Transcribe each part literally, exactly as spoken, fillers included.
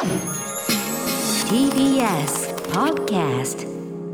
ティービーエス Podcast。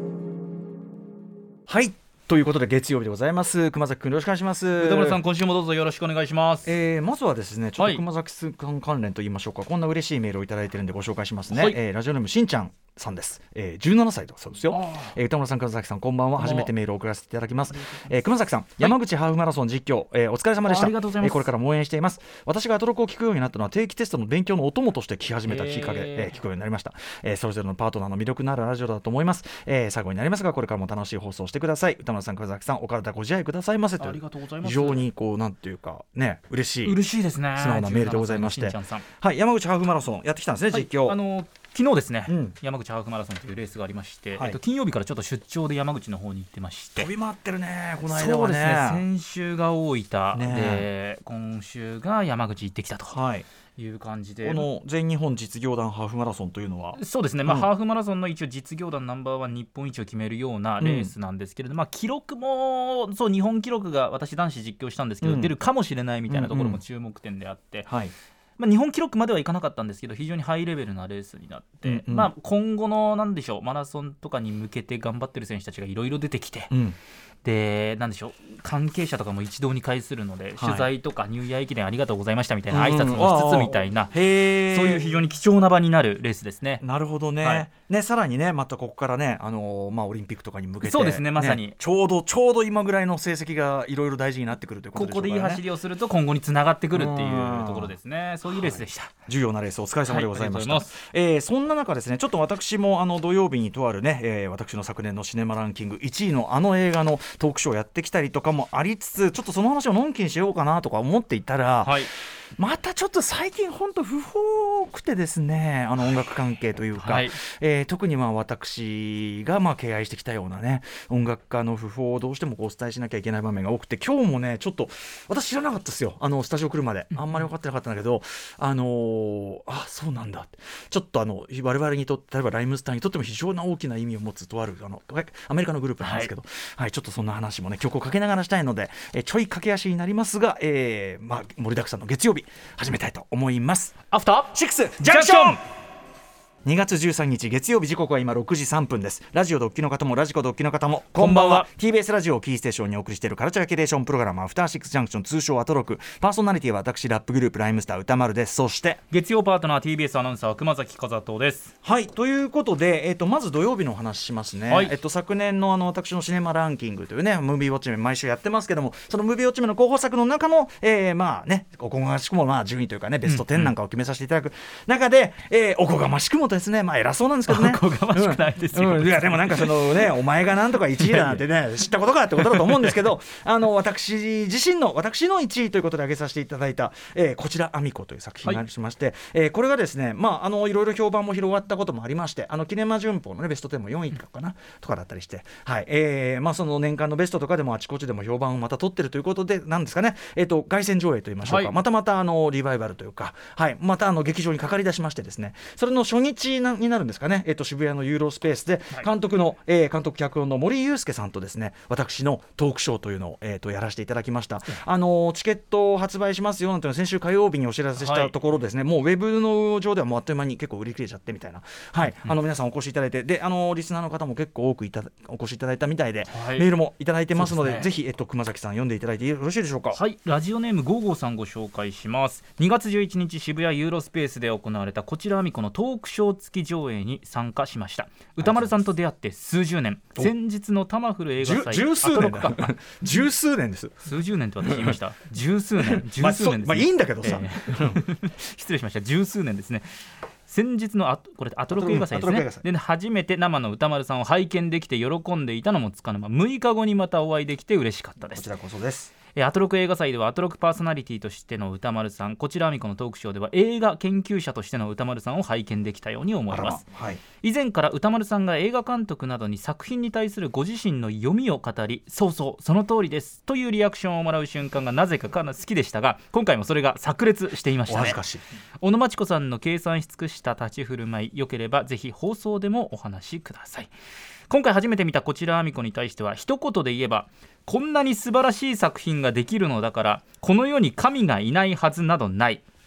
はい、ということで月曜日でございます。熊崎くん、よろしくお願いします。 歌村さん、今週もどうぞよろしくお願いします。 えー、まずはですね、ちょっと熊崎さん関連と言いましょうか、はい、こんな嬉しいメールをいただいてるんでご紹介しますね、はい。えー、ラジオネームしんちゃんさんです。えー、じゅうななさいだそうですよ。えー、歌村さん、熊崎さん、こんばんは。初めてメールを送らせていただきます。えー、熊崎さん、はい、山口ハーフマラソン実況、えー、お疲れ様でした。ありがとうございます。えー、これからも応援しています。私がアトロクを聞くようになったのは定期テストの勉強のお供として聞き始めたきっかけ、えー、聞くようになりました。えー、それぞれのパートナーの魅力のあるラジオだと思います。えー、最後になりますが、これからも楽しい放送をしてください。歌村さん、熊崎さん、お体ご自愛くださいませという。 ありがとうございます。 非常にこうなんていうかね、嬉しい嬉しいですね。 素直なメールでございまして、はい、山口ハーフマラソンやってきたんですね、はい、実況。 あの昨日ですね、うん、山口ハーフマラソンというレースがありまして、はい、えっと、金曜日からちょっと出張で山口の方に行ってまして、 飛び回ってるね、この間はね。 そうですね、先週が大分で、ね、今週が山口行ってきたと。はいいう感じで、 この全日本実業団ハーフマラソンというのはそうですね、まあうん、ハーフマラソンの一応実業団ナンバーワン日本一を決めるようなレースなんですけれども、うん、まあ、記録もそう日本記録が私男子実況したんですけど、うん、出るかもしれないみたいなところも注目点であって、うんうん、はい、まあ、日本記録まではいかなかったんですけど非常にハイレベルなレースになって、うんうん、まあ、今後のなんでしょうマラソンとかに向けて頑張ってる選手たちがいろいろ出てきて、うん、でなんでしょう関係者とかも一堂に会するので、はい、取材とかニューイヤー駅伝ありがとうございましたみたいな挨拶もしつつみたいな、うん、そういう非常に貴重な場になるレースですね。 なるほどね、はい、ね、さらにねまたここからね、あのーまあ、オリンピックとかに向けて、 そうですね、まさに、 ね、ちょうどちょうど今ぐらいの成績がいろいろ大事になってくるということでしょうからね。 ここでいい走りをすると今後につながってくるっていうところですね。そういうレースでした、はい、 重要なレースお疲れ様でございました、 はい、 えー、そんな中ですね、ちょっと私もあの土曜日にとあるね、えー、私の昨年のシネマランキングいちいのあの映画のトークショーをやってきたりとかもありつつ、ちょっとその話をのんきにしようかなとか思っていたら、はい、またちょっと最近本当不法くてですね、あの音楽関係というか、はい、えー、特にまあ私がまあ敬愛してきたようなね音楽家の不法をどうしてもこうお伝えしなきゃいけない場面が多くて、今日もねちょっと私知らなかったですよ、あのスタジオ来るまであんまり分かってなかったんだけど、あのー、あそうなんだって、ちょっとあの我々にとって例えばライムスターにとっても非常に大きな意味を持つとあるあのアメリカのグループなんですけど、はいはい、ちょっとそんな話もね曲をかけながらしたいので、えー、ちょい駆け足になりますが、えーまあ、盛りだくさんの月曜日始めたいと思います。 アフターシックスジャンクションにがつじゅうさんにち月曜日、時刻は今ろくじさんぷんです。ラジオドッキの方もラジコドッキの方もこんばんは。 ティービーエス ラジオをキーステーションにお送りしているカルチャーキュレーションプログラムアフターシックスジャンクション、通称アトロク。パーソナリティは私ラップグループライムスター歌丸です。そして月曜パートナー ティービーエス アナウンサー熊崎和人です。 はい、ということで、えー、とまず土曜日のお話しますね、はい。えー、と昨年 の, あの私のシネマランキングというねムービーウォッチメン毎週やってますけども、そのムービーウォッチメンの候補作の中の、えー、まあねおこがましくもまあ順位というかねベストじゅうなんかを決めさせていただく中で、うんうん、えー、おこがましくもですね、まあ偉そうなんですけどね、 おこがましくないですよ、 うんうん、いやでもなんかそのねお前がなんとかいちいだなんてね知ったことかってことだと思うんですけどあの私自身の私のいちいということで挙げさせていただいた、えー、こちらアミコという作品がありまして、はい、えー、これがですね、まああのいろいろ評判も広がったこともありまして、あのキネマ旬報の、ね、ベストじゅうもよんいかな、うん、とかだったりして、はい、えー、まあその年間のベストとかでもあちこちでも評判をまた取ってるということでなんですかね、えー、と凱旋上映といいましょうか、はい、またまたあのリバイバルというか、はい、またあの劇場にかかり出しましてですね、それの初日なになるんですかね、えー、と渋谷のユーロスペースで監督の、はい、えー、監督脚本の森裕介さんとですね私のトークショーというのを、えー、とやらせていただきました。あのチケットを発売しますよなんていうのは先週火曜日にお知らせしたところですね、はい、もうウェブの上ではもうあっという間に結構売り切れちゃってみたいな、はい、うん、あの皆さんお越しいただいて、であのリスナーの方も結構多くいたお越しいただいたみたいで、はい、メールもいただいてますの で, で、ね、ぜひ、えっと、熊崎さん読んでいただいてよろしいでしょうか。 はい、ラジオネームゴーゴーさんご紹介します。にがつじゅういちにち渋谷ユーロスペースで行われたこちらあみこのトークショー付き上映に参加しました。歌丸さんと出会って数十年、先日のタマフル映画祭十数年だ十数年です。 数十年と私言いました十数年十数年です、ね、 まあ、まあいいんだけどさ、えー、失礼しました。十数年ですね。先日のあこれアトロク映画祭ですね。で初めて生の歌丸さんを拝見できて喜んでいたのもつかの間、むいかごにまたお会いできて嬉しかったです。 こちらこそです。 アトロク映画祭ではアトロクパーソナリティとしての歌丸さん、こちらあみこのトークショーでは映画研究者としての歌丸さんを拝見できたように思います、はい、以前から歌丸さんが映画監督などに作品に対するご自身の読みを語り、そうそうその通りですというリアクションをもらう瞬間がなぜかかな好きでしたが、今回もそれが炸裂していましたね。 お恥ずかしい。 小野真知子さんの計算し尽くした立ち振る舞い、よければぜひ放送でもお話しください。今回初めて見たこちらあみこに対しては一言で言えば、こんなに素晴らしい作品ができるのだからこの世に神がいないはずなどない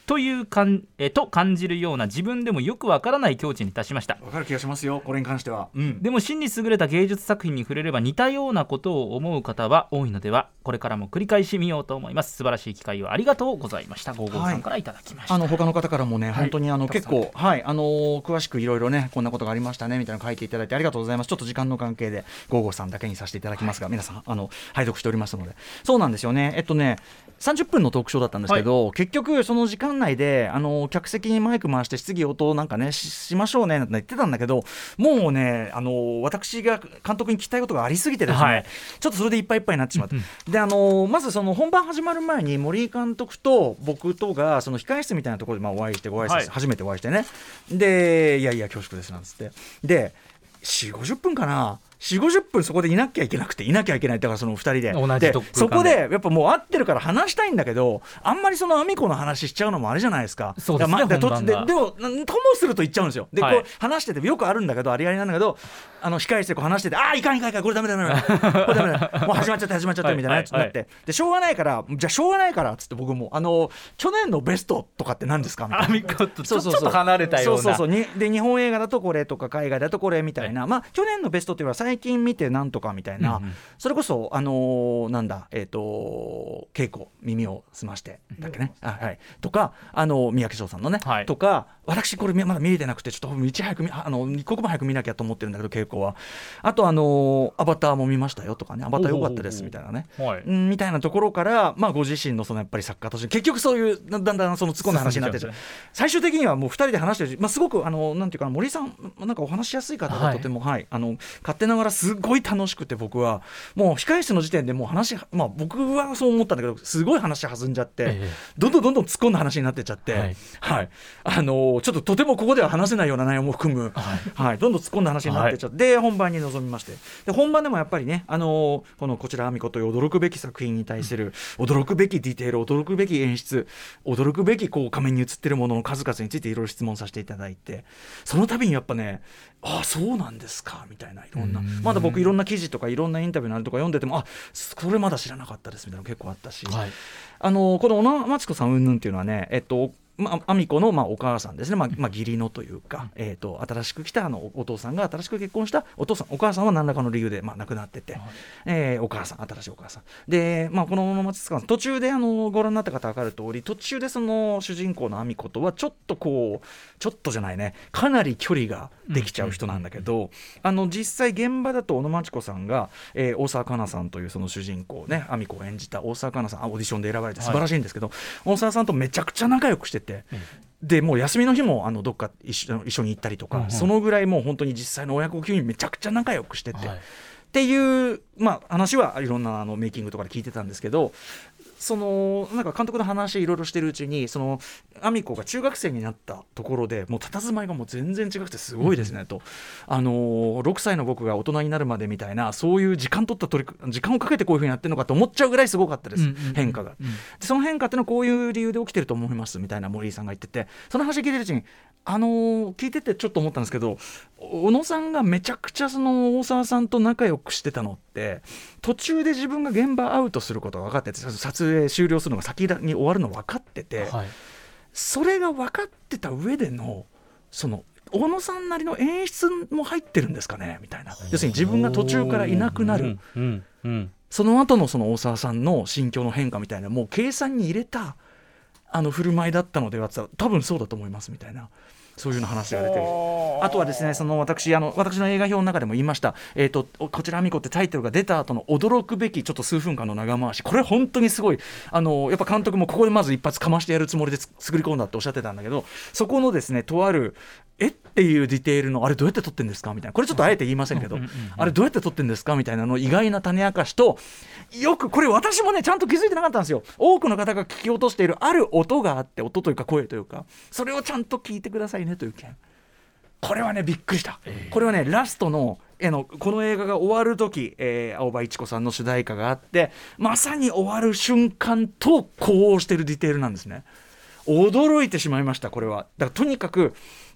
というかん、えー、と感じるような自分でもよくわからない境地に達しました。 わかる気がしますよ、これに関しては、うん、 でも真に優れた芸術作品に触れれば似たようなことを思う方は多いのでは。これからも繰り返し見ようと思います。素晴らしい機会をありがとうございました。ゴーゴーさんからいただきました。 はい、あの他の方からもね、はい、本当にあの結構、はいあのー、詳しくいろいろねこんなことがありましたねみたいなの書いていただいてありがとうございます。ちょっと時間の関係でゴーゴーさんだけにさせていただきますが、はい、皆さんあの拝読しておりますので。そうなんですよね。えっとねさんじゅっぷんのトークショーだったんですけど、はい、結局その時間内であの客席にマイク回して質疑応答なんかね し, しましょうねなんて言ってたんだけど、もうねあの私が監督に聞きたいことがありすぎてですね、はい、ちょっとそれでいっぱいいっぱいになってしまって、うん、であのまずその本番始まる前に森井監督と僕とがその控室みたいなところでまあお会いしてご挨拶、はい、初めてお会いしてね、でいやいや恐縮ですなんつってで よんじゅうごじゅっぷんかなよんじゅうごじゅっぷんそこでいなきゃいけなくていなきゃいけないだからそのふたりで同じでそこでやっぱもう会ってるから話したいんだけどあんまりそのアミコの話しちゃうのもあれじゃないですか。 そうですね、 ま、で, で, で, でもともすると言っちゃうんですよ。で、はい、こう話しててよくあるんだけどありありなんだけどあの控室でこう話しててああいかんいかんいかんこれダメダメダメこれダメダメもう始まっちゃって始まっちゃってみたいなやつになって、はいはいはい、でしょうがないからじゃあしょうがないからっつって僕もあの去年のベストとかって何ですかみたいなアミコとちょっと離れたようなそうそうそうにで日本映画だとこれとか海外だとこれみたいな、はい、まあ去年のベストっていうのは最近見てなんとかみたいな、うんうん、それこそあのー、なんだえっ、ー、と稽古耳を澄ましてだっけね、うんあはい、とかあの三宅翔さんのね、はい、とか私これまだ見れてなくてちょっといち早くあの一刻も早く見なきゃと思ってるんだけど稽古はあとあのアバターも見ましたよとかねアバター良かったですみたいなね、はい、みたいなところから、まあ、ご自身のそのやっぱり作家として結局そういうだんだんその突っ込んだ話になってる最終的にはもうふたりで話してるし、まあ、すごくあのなんていうかな森井さんなんかお話しやすい方がとても、はいはい、あの勝手ながらすごい楽しくて僕はもう控室の時点でもう話、まあ、僕はそう思ったんだけどすごい話弾んじゃって、ええ、どんどんどんどん突っ込んだ話になってっちゃって、はいはい、あのちょっととてもここでは話せないような内容も含む、はいはい、どんどん突っ込んだ話になってっちゃって、はい、で本番に臨みましてで本番でもやっぱりね、あのこのこちらアミコという驚くべき作品に対する驚くべきディテール驚くべき演出驚くべきこう画面に映ってるものの数々についていろいろ質問させていただいてその度にやっぱねああそうなんですかみたいないろんなまだ僕いろんな記事とかいろんなインタビューのあるとか読んでてもあそれまだ知らなかったですみたいなの結構あったし、はい、あのこの小野マチコさん云々っていうのはねえっとまあ、アミコのまあお母さんですね、まあまあ、義理のというか、えー、と新しく来たあのお父さんが新しく結婚したお父さんお母さんは何らかの理由でまあ亡くなってて、はいえー、お母さん新しいお母さんで、まあ、この松塚さん途中であのご覧になった方分かる通り途中でその主人公のアミコとはちょっとこうちょっとじゃないねかなり距離ができちゃう人なんだけど、うんうんうん、あの実際現場だと小野真知子さんが、えー、大沢香菜さんというその主人公ねアミコを演じた大沢香菜さんオーディションで選ばれて素晴らしいんですけど、はい、大沢さんとめちゃくちゃ仲良くしてて、うんでもう休みの日もあのどっか一緒、一緒に行ったりとか、うんうん、そのぐらいもう本当に実際の親子級にめちゃくちゃ仲良くしてて、はい、っていう、まあ、話はいろんなあのメイキングとかで聞いてたんですけどそのなんか監督の話いろいろしてるうちにそのアミコが中学生になったところでもう佇まいがもう全然違くてすごいですね、うん、とあのろくさいの僕が大人になるまでみたいなそういう時間取った取り時間をかけてこういう風にやってるのかと思っちゃうぐらいすごかったです、うんうんうん、変化が、うん、でその変化っていうのはこういう理由で起きてると思いますみたいな森井さんが言っててその話聞いてるうちにあのー、聞いててちょっと思ったんですけど小野さんがめちゃくちゃその大沢さんと仲良くしてたのって途中で自分が現場アウトすることが分かってて撮影終了するのが先に終わるの分かってて、はい、それが分かってた上でのその小野さんなりの演出も入ってるんですかねみたいな要するに自分が途中からいなくなる、うんうんうん、その後のその大沢さんの心境の変化みたいなもう計算に入れたあの振る舞いだったのでは多分そうだと思いますみたいなそういうような話が出てる。あとはですねその 私, あの私の映画表の中でも言いました、えー、とこちらアミコってタイトルが出た後の驚くべきちょっと数分間の長回しこれ本当にすごいあのやっぱ監督もここでまず一発かましてやるつもりで作り込んだっておっしゃってたんだけどそこのですねとあるえっていうディテールのあれどうやって撮ってんですかみたいなこれちょっとあえて言いませんけど、うんうんうんうん、あれどうやって撮ってんですかみたいなの意外な種明かしとよくこれ私もねちゃんと気づいてなかったんですよ。多くの方が聞き落としているある音があって音というか声というかそれをちゃんと聞いてくださいねという件これはねびっくりした、えー、これはねラストのえのこの映画が終わる時、えー、青葉一子さんの主題歌があってまさに終わる瞬間と呼応してるディテールなんですね。驚いてしまいましたこれは。だからとにかく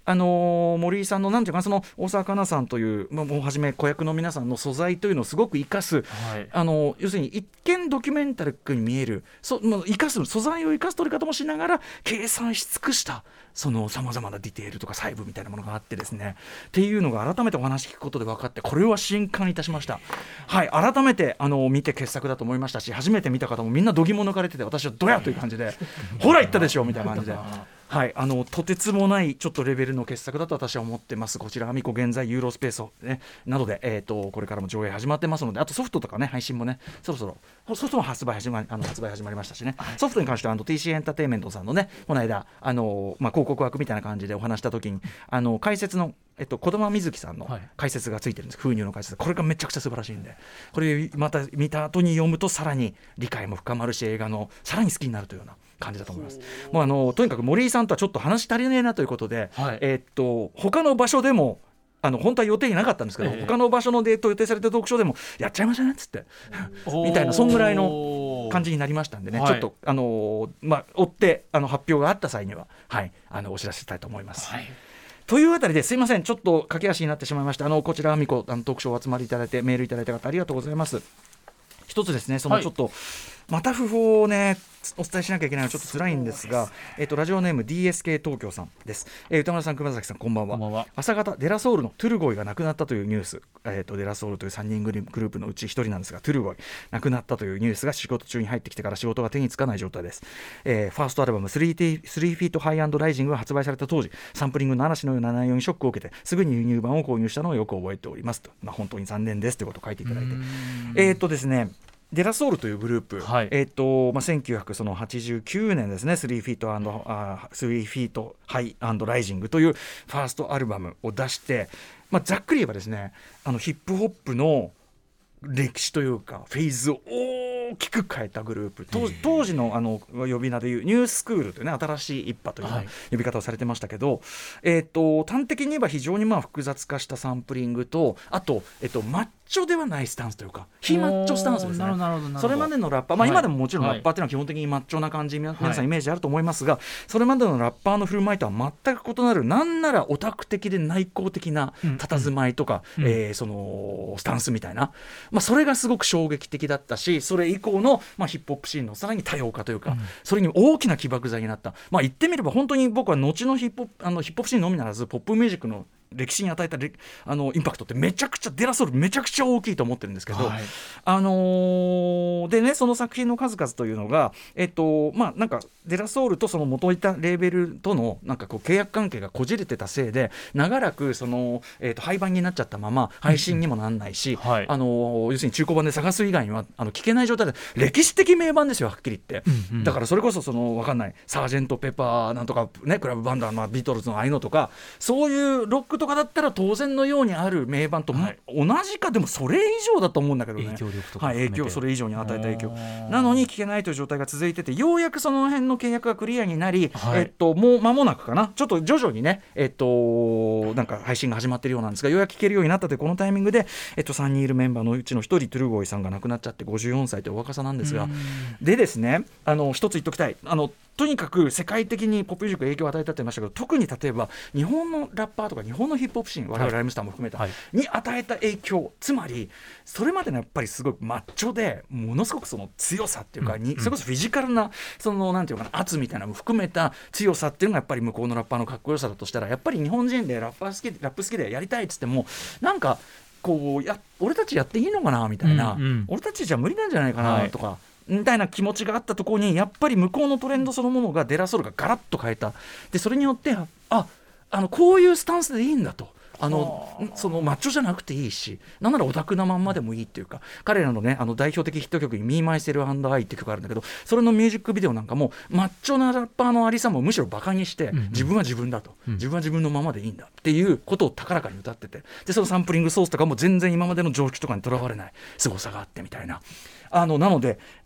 あのー、森井さんのなんていうかその大沢かなさんという、まあ、もうはじめ子役の皆さんの素材というのをすごく生かす、はい、あの要するに一見ドキュメンタリックに見えるそ、まあ、生かす素材を生かす撮り方もしながら計算し尽くしたそのさまざまなディテールとか細部みたいなものがあってですねっていうのが改めてお話聞くことで分かってこれは震撼いたしました。はい、改めてあの見て傑作だと思いましたし初めて見た方もみんな度肝抜かれてて私はドヤという感じでほら言ったでしょみたいな感じではい、あのとてつもないちょっとレベルの傑作だと私は思ってます。こちらアミコ現在ユーロスペース、ね、などで、えー、とこれからも上映始まってますのであとソフトとかね配信もねそろそろソフトも発売始まり、あの発売始まりましたしね、はい、ソフトに関してはあの ティーシー エンターテインメントさんのねこの間あの、まあ、広告枠みたいな感じでお話した時にあの解説のえっと、児玉瑞希さんの解説がついてるんです、はい、封入の解説これがめちゃくちゃ素晴らしいんでこれまた見た後に読むとさらに理解も深まるし映画のさらに好きになるというような感じだと思います。もうあのとにかく森井さんとはちょっと話足りねえなということで、はい、えー、っと他の場所でもあの本当は予定になかったんですけど、えー、他の場所のデート予定されたトークショーでもやっちゃいましたねっつってみたいなそんぐらいの感じになりましたんでね、はい、ちょっとあの、まあ、追ってあの発表があった際には、はい、あのお知らせしたいと思います。はい、というあたりですいませんちょっと駆け足になってしまいました。あのこちらアミコあのトークショーお集まりいただいてメールいただいた方ありがとうございます。一つですねそのちょっと、はい、また訃報をねお伝えしなきゃいけないのはちょっと辛いんですが、えっと、ラジオネーム ディーエスケー 東京さんです、えー、歌丸さん熊崎さんこんばんは。こんばんは。朝方デラソウルのトゥルゴイが亡くなったというニュース、えー、とデラソウルというさんにんグループのうちひとりなんですがトゥルゴイ亡くなったというニュースが仕事中に入ってきてから仕事が手につかない状態です、えー、ファーストアルバムスリーフィートハイ&ライジングが発売された当時サンプリングの嵐のような内容にショックを受けてすぐに輸入版を購入したのをよく覚えておりますと、まあ、本当に残念ですということを書いていただいてえっとですねデラソウルというグループ、はい、えーとまあ、せんきゅうひゃくはちじゅうきゅうねんですねスリーフィートスリーフィートハイ&ライジングというファーストアルバムを出して、まあ、ざっくり言えばですねあのヒップホップの歴史というかフェーズを大きく変えたグループ 当, 当時 の, あの呼び名でいうニュースクールというね新しい一派という、はい、呼び方をされてましたけど、えー、と端的に言えば非常にまあ複雑化したサンプリングとあと、えー、とマッチョではないスタンスというか非マッチョスタンスですね。それまでのラッパー、まあ、今でももちろんラッパーっていうのは基本的にマッチョな感じ、はい、皆さんイメージあると思いますが、はい、それまでのラッパーの振る舞いとは全く異なるなんならオタク的で内向的な佇まいとか、うんえー、そのスタンスみたいな、まあ、それがすごく衝撃的だったしそれ以降の、まあ、ヒップホップシーンのさらに多様化というか、うん、それに大きな起爆剤になった、まあ、言ってみれば本当に僕は後のヒップホップ、あのヒップホップシーンのみならずポップミュージックの歴史に与えたあのインパクトってめちゃくちゃデラソウルめちゃくちゃ大きいと思ってるんですけど、はい、あのー、でねその作品の数々というのがえっとまあなんかデラソウルとその元いたレーベルとのなんかこう契約関係がこじれてたせいで長らくその、えー、と廃盤になっちゃったまま配信にもなんないし、はい、あのー、要するに中古版で探す以外にはあの聞けない状態で歴史的名盤ですよはっきり言って、うんうん、だからそれこそその分かんないサージェントペッパーなんとかねクラブバンダー、まあ、ビートルズのああいうのとかそういうロックとかだったら当然のようにある名盤と、はい、同じかでもそれ以上だと思うんだけどね。影響力とか、はい、影響それ以上に与えた影響なのに聞けないという状態が続いててようやくその辺の契約がクリアになり、はい、えっと、もう間もなくかなちょっと徐々にね、えっと、なんか配信が始まってるようなんですがようやく聞けるようになったというこのタイミングで、えっと、さんにんいるメンバーのうちのひとりトゥルゴイさんが亡くなっちゃってごじゅうよんさいというお若さなんですがでですねあの一つ言っときたいあのとにかく世界的にポップミュージック影響を与えたって言いましたけど特に例えば日本のラッパーとか日本のヒップホップシーン我々ライムスターも含めた、はい、に与えた影響つまりそれまでのやっぱりすごいマッチョでものすごくその強さっていうかに、うん、それこそフィジカルなそのなんていうかな圧みたいなのも含めた強さっていうのがやっぱり向こうのラッパーのかっこよさだとしたらやっぱり日本人でラッパー好きラップ好きでやりたいっつってもなんかこうや俺たちやっていいのかなみたいな、うんうん、俺たちじゃ無理なんじゃないかなとか、はいみたいな気持ちがあったところにやっぱり向こうのトレンドそのものがデラソウルがガラッと変えたでそれによってああのこういうスタンスでいいんだとあのそのマッチョじゃなくていいしなんならオタクなまんまでもいいっていうか彼らのねあの代表的ヒット曲に「Me Myself and I」っていう曲があるんだけどそれのミュージックビデオなんかもマッチョなラッパーのありさもむしろバカにして、うんうん、自分は自分だと、うん、自分は自分のままでいいんだっていうことを高らかに歌っててでそのサンプリングソースとかも全然今までの常識とかにとらわれない凄さがあってみたいなあのなので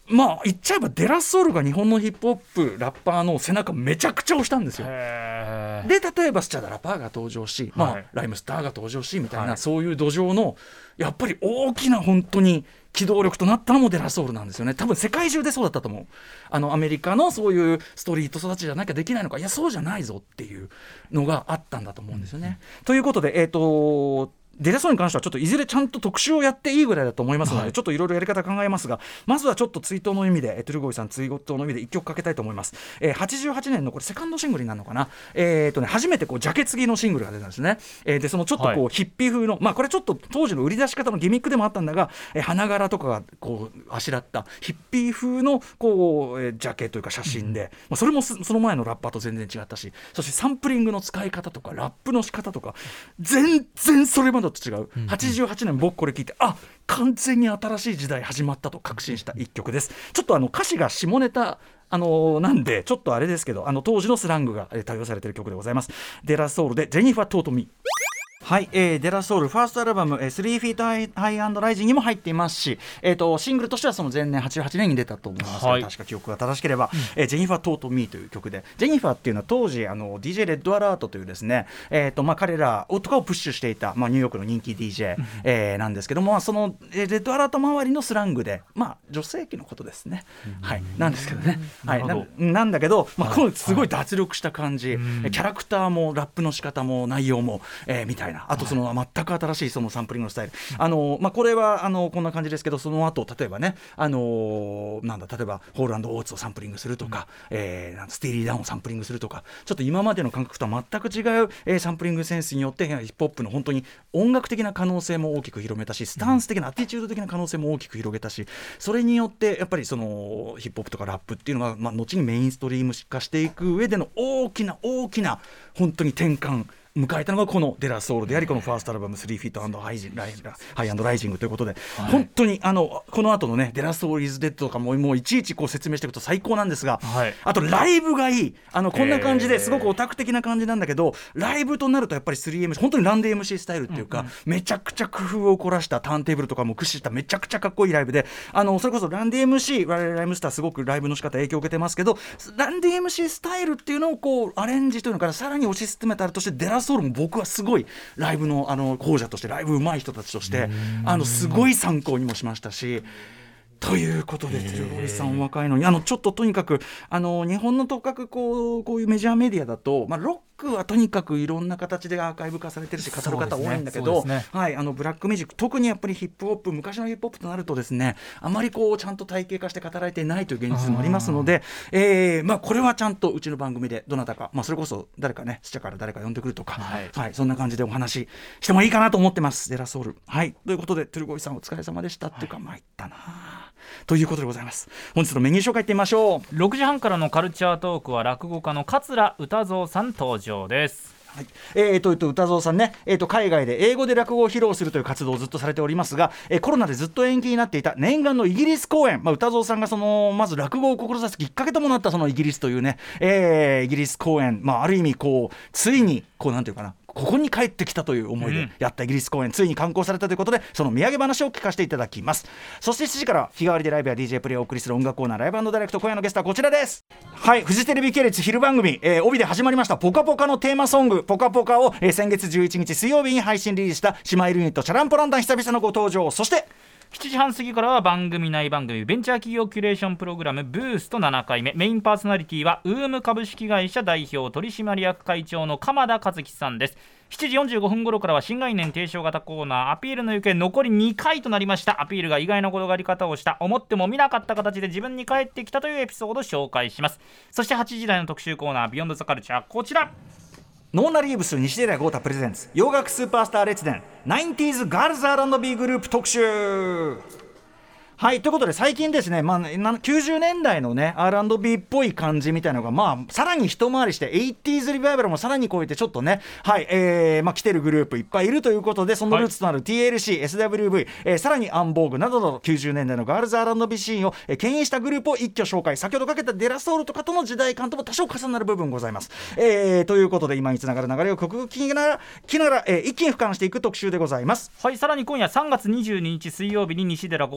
まあ言っちゃえばデラソウルが日本のヒップホップラッパーの背中めちゃくちゃ押したんですよ。で例えばスチャダラパーが登場し、まあはい、ライムスターが登場しみたいな、はい、そういう土壌のやっぱり大きな本当に機動力となったのもデラソウルなんですよね。多分世界中でそうだったと思う。あのアメリカのそういうストリート育ちじゃなきゃできないのか、いやそうじゃないぞっていうのがあったんだと思うんですよね、うん、ということでえっ、ー、とデラソウルに関してはちょっといずれちゃんと特集をやっていいぐらいだと思いますので、はい、ちょっといろいろやり方考えますが、まずはちょっと追悼の意味でトゥルゴイさん追悼の意味でいっきょくかけたいと思います。えー、はちじゅうはちねんのこれセカンドシングルになるのかな、えーとね、初めてこうジャケ継ぎのシングルが出たんですね。えー、でそのちょっとこう、はい、ヒッピー風の、まあこれちょっと当時の売り出し方のギミックでもあったんだが、えー、花柄とかがこうあしらったヒッピー風のこう、えー、ジャケというか写真で、うんまあ、それもその前のラッパーと全然違ったし、そしてサンプリングの使い方とかラップの仕方とか全然それまでと違う、うんはちじゅうはちねん僕これ聞いてあ完全に新しい時代始まったと確信した一曲です。ちょっとあの歌詞が下ネタあのー、なんでちょっとあれですけどあの当時のスラングが、えー、対応されている曲でございます。デラソウルでジェニファー・トート・ミー。はい、えー、デラソウルファーストアルバム、えー、スリーフィートハイ、ハイアンドライジングにも入っていますし、えー、とシングルとしてはその前年はちじゅうはちねんに出たと思いますが、はい、確か記憶が正しければ、うんえー、ジェニファー・トート・ミーという曲で、ジェニファーっていうのは当時あの ディージェー レッドアラートというですね、えーとまあ、彼らとかをプッシュしていた、まあ、ニューヨークの人気 ディージェー、うんえー、なんですけども、その、えー、レッドアラート周りのスラングで、まあ、女性器のことですね、うんはい、なんですけどね、はい、な, なんだけど、まあ、このすごい脱力した感じ、はい、キャラクターもラップの仕方も内容も、えー、みたいな、あとその、はい全く新しいそのサンプリングのスタイル、あの、まあ、これはあのこんな感じですけど、その後例えばね、あのなんだ例えばホール&オーツをサンプリングするとか、うんえー、なんスティーリーダウンをサンプリングするとか、ちょっと今までの感覚とは全く違う、えー、サンプリングセンスによってヒップホップの本当に音楽的な可能性も大きく広めたし、スタンス的なアティチュード的な可能性も大きく広げたし、それによってやっぱりそのヒップホップとかラップっていうのが、まあ、後にメインストリーム化していく上での大きな大きな本当に転換迎えたのがこのデラソウルであり、このファーストアルバムスリーフィートハイアンドライジングということで、はい、本当にあのこの後のねデラソウルイズデッドとかももういちいちこう説明していくと最高なんですが、はい、あとライブがいい、あのこんな感じですごくオタク的な感じなんだけど、ライブとなるとやっぱり スリーエムシー 本当にランデー エムシー スタイルっていうか、うんうん、めちゃくちゃ工夫を凝らしたターンテーブルとかも駆使しためちゃくちゃかっこいいライブで、あのそれこそランデー エムシー 我々ライムスターすごくライブの仕方影響を受けてますけど、ランデー エムシー スタイルっていうのをこうアレンジというのからさらに推し進めたとして、デラソウルも僕はすごいすごいライブのあの講者としてライブ上手い人たちとしてあのすごい参考にもしましたし、ということでテルゴイさん若いのにあのちょっととにかくあの日本のとかくこうこういうメジャーメディアだと、まあ、ロックはとにかくいろんな形でアーカイブ化されてるし語る方多いんだけど、ねねはい、あのブラックミュージック特にやっぱりヒップホップ昔のヒップホップとなるとですね、あまりこうちゃんと体系化して語られていないという現実もありますので、えーまあ、これはちゃんとうちの番組でどなたか、まあ、それこそ誰かねスチャから誰か呼んでくるとか、はいはい、そんな感じでお話ししてもいいかなと思ってます。デラソウル、はい、ということでトゥルゴイさんお疲れ様でしたっていうか、はい、参ったなということでございます。本日のメニュー紹介いってみましょう。 ろくじはんからのカルチャートークは落語家の桂歌蔵さん登場です。 はいえー、と歌蔵さんね、えー、と海外で英語で落語を披露するという活動をずっとされておりますが、えー、コロナでずっと延期になっていた念願のイギリス公演、まあ、歌蔵さんがそのまず落語を志すきっかけともなったそのイギリスというね、えー、イギリス公演、まあ、ある意味こうついにこうなんていうかなここに帰ってきたという思いでやったイギリス公演、うん、ついに刊行されたということで、その土産話を聞かせていただきます。そしてしちじから日替わりでライブや ディージェー プレイをお送りする音楽コーナーライブ&ダイレクト。今夜のゲストはこちらです。はい、フジテレビ系列昼番組、えー、帯で始まりましたポカポカのテーマソングポカポカを、えー、先月じゅういちにち水曜日に配信リリースした姉妹ユニットチャランポランタン久々のご登場。そしてしちじはん過ぎからは番組内番組ベンチャー企業キュレーションプログラムブーストななかいめ、メインパーソナリティはウーム株式会社代表取締役会長の鎌田和樹さんです。しちじよんじゅうごふん頃からは新概念提唱型コーナーアピールの行方残りにかいとなりました。アピールが意外な転がり方をした思っても見なかった形で自分に返ってきたというエピソードを紹介します。そしてはちじ台の特集コーナービヨンドザカルチャー、こちらノーナリーブス西寺豪太プレゼンツ洋楽スーパースター列伝 ナインティーズ ガールズ アールアンドビー グループ特集。はい、ということで最近ですね、まあ、きゅうじゅうねんだいのね アールアンドビー っぽい感じみたいなのが、まあ、さらに一回りして エイティーズ リバイバルもさらに超えてちょっとね、はいえーまあ、来てるグループいっぱいいるということで、そのルーツとなる ティーエルシー、エスダブリューブイ、えー、さらにアンボーグなどのきゅうじゅうねんだいのガールズ アールアンドビー シーンを、えー、牽引したグループを一挙紹介。先ほどかけたデラソウルとかとの時代感とも多少重なる部分ございます。えー、ということで今につながる流れを曲々聞きながら、聞きながら、えー、一気に俯瞰していく特集でございます。 はい、さらに今夜さんがつにじゅうににち水曜日に西寺豪太さんリリ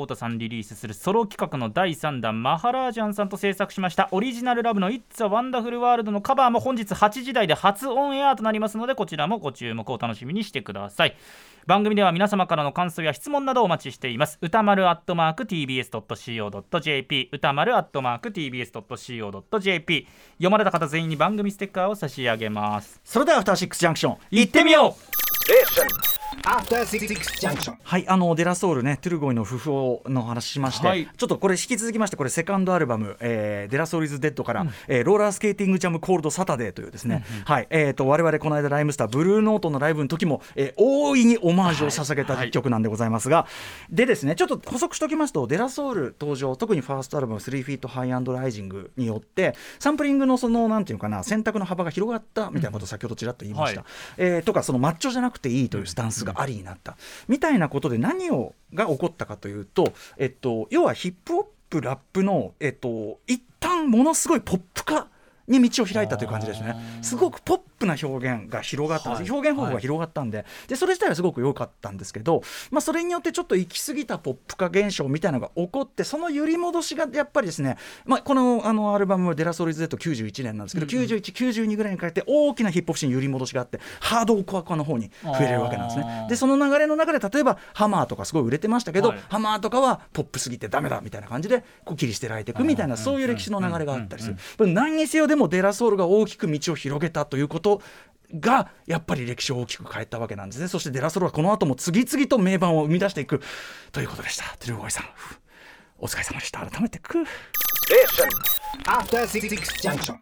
リースするソロ企画のだいさんだんマハラージャンさんと制作しましたオリジナルラブの It's a Wonderful World のカバーも本日はちじ台で初オンエアとなりますので、こちらもご注目を楽しみにしてください。番組では皆様からの感想や質問などお待ちしています。歌丸アットマーク ティービーエスドットシーオードットジェーピー 歌丸アットマーク ティービーエスドットシーオードットジェーピー 読まれた方全員に番組ステッカーを差し上げます。 それではアフターシックスジャンクション行ってみよう。 アフターシックスジャンクション。 はい、あのデラソウルね、トゥルゴイの不法の話しまして、はい、ちょっとこれ引き続きましてこれセカンドアルバム、えー、デラソウルイズデッドから、うんえー、ローラースケーティングジャムコールドサタデーというですね、うんうんはいえー、と我々この間ライムスターブルーノートのライブの時も、えー、大いにオマージュを捧げた曲なんでございますが、はいはい、でですねちょっと補足しておきますと、デラソウル登場、特にファーストアルバムスリーフィートハイアンドライジングによってサンプリングのそのなんていうかな選択の幅が広がったみたいなことを先ほどちらっと言いました、うんはいえー、とかそのマッチョじゃなくていいというスタンスがありになった、うんみたいなことで何をが起こったかというと、えっと、要はヒップホップラップの、えっと、一旦ものすごいポップ化に道を開いたという感じですね。すごくポップな表現が広がったんです、はい、表現方法が広がったんで、はい、でそれ自体はすごく良かったんですけど、まあ、それによってちょっと行き過ぎたポップ化現象みたいなのが起こって、その揺り戻しがやっぱりですね、まあ、この、あのアルバムデラソウルイズデッドきゅうじゅういちねんなんですけど、うん、きゅうじゅういち、きゅうじゅうにぐらいに変えて大きなヒップホップシーンに揺り戻しがあってハードコア化の方に増えれるわけなんですね。でその流れの中で例えばハマーとかすごい売れてましたけど、はい、ハマーとかはポップすぎてダメだみたいな感じでこう切り捨てられていくみたいな、そういう歴史の流れがあったりする。何にせよでもデラソウルが大きく道を広げたということがやっぱり歴史を大きく変えたわけなんですね。そしてデラソウルはこの後も次々と名盤を生み出していくということでした。トゥルゴイさんお疲れ様でした。改めてくアフターシックスジャンクション。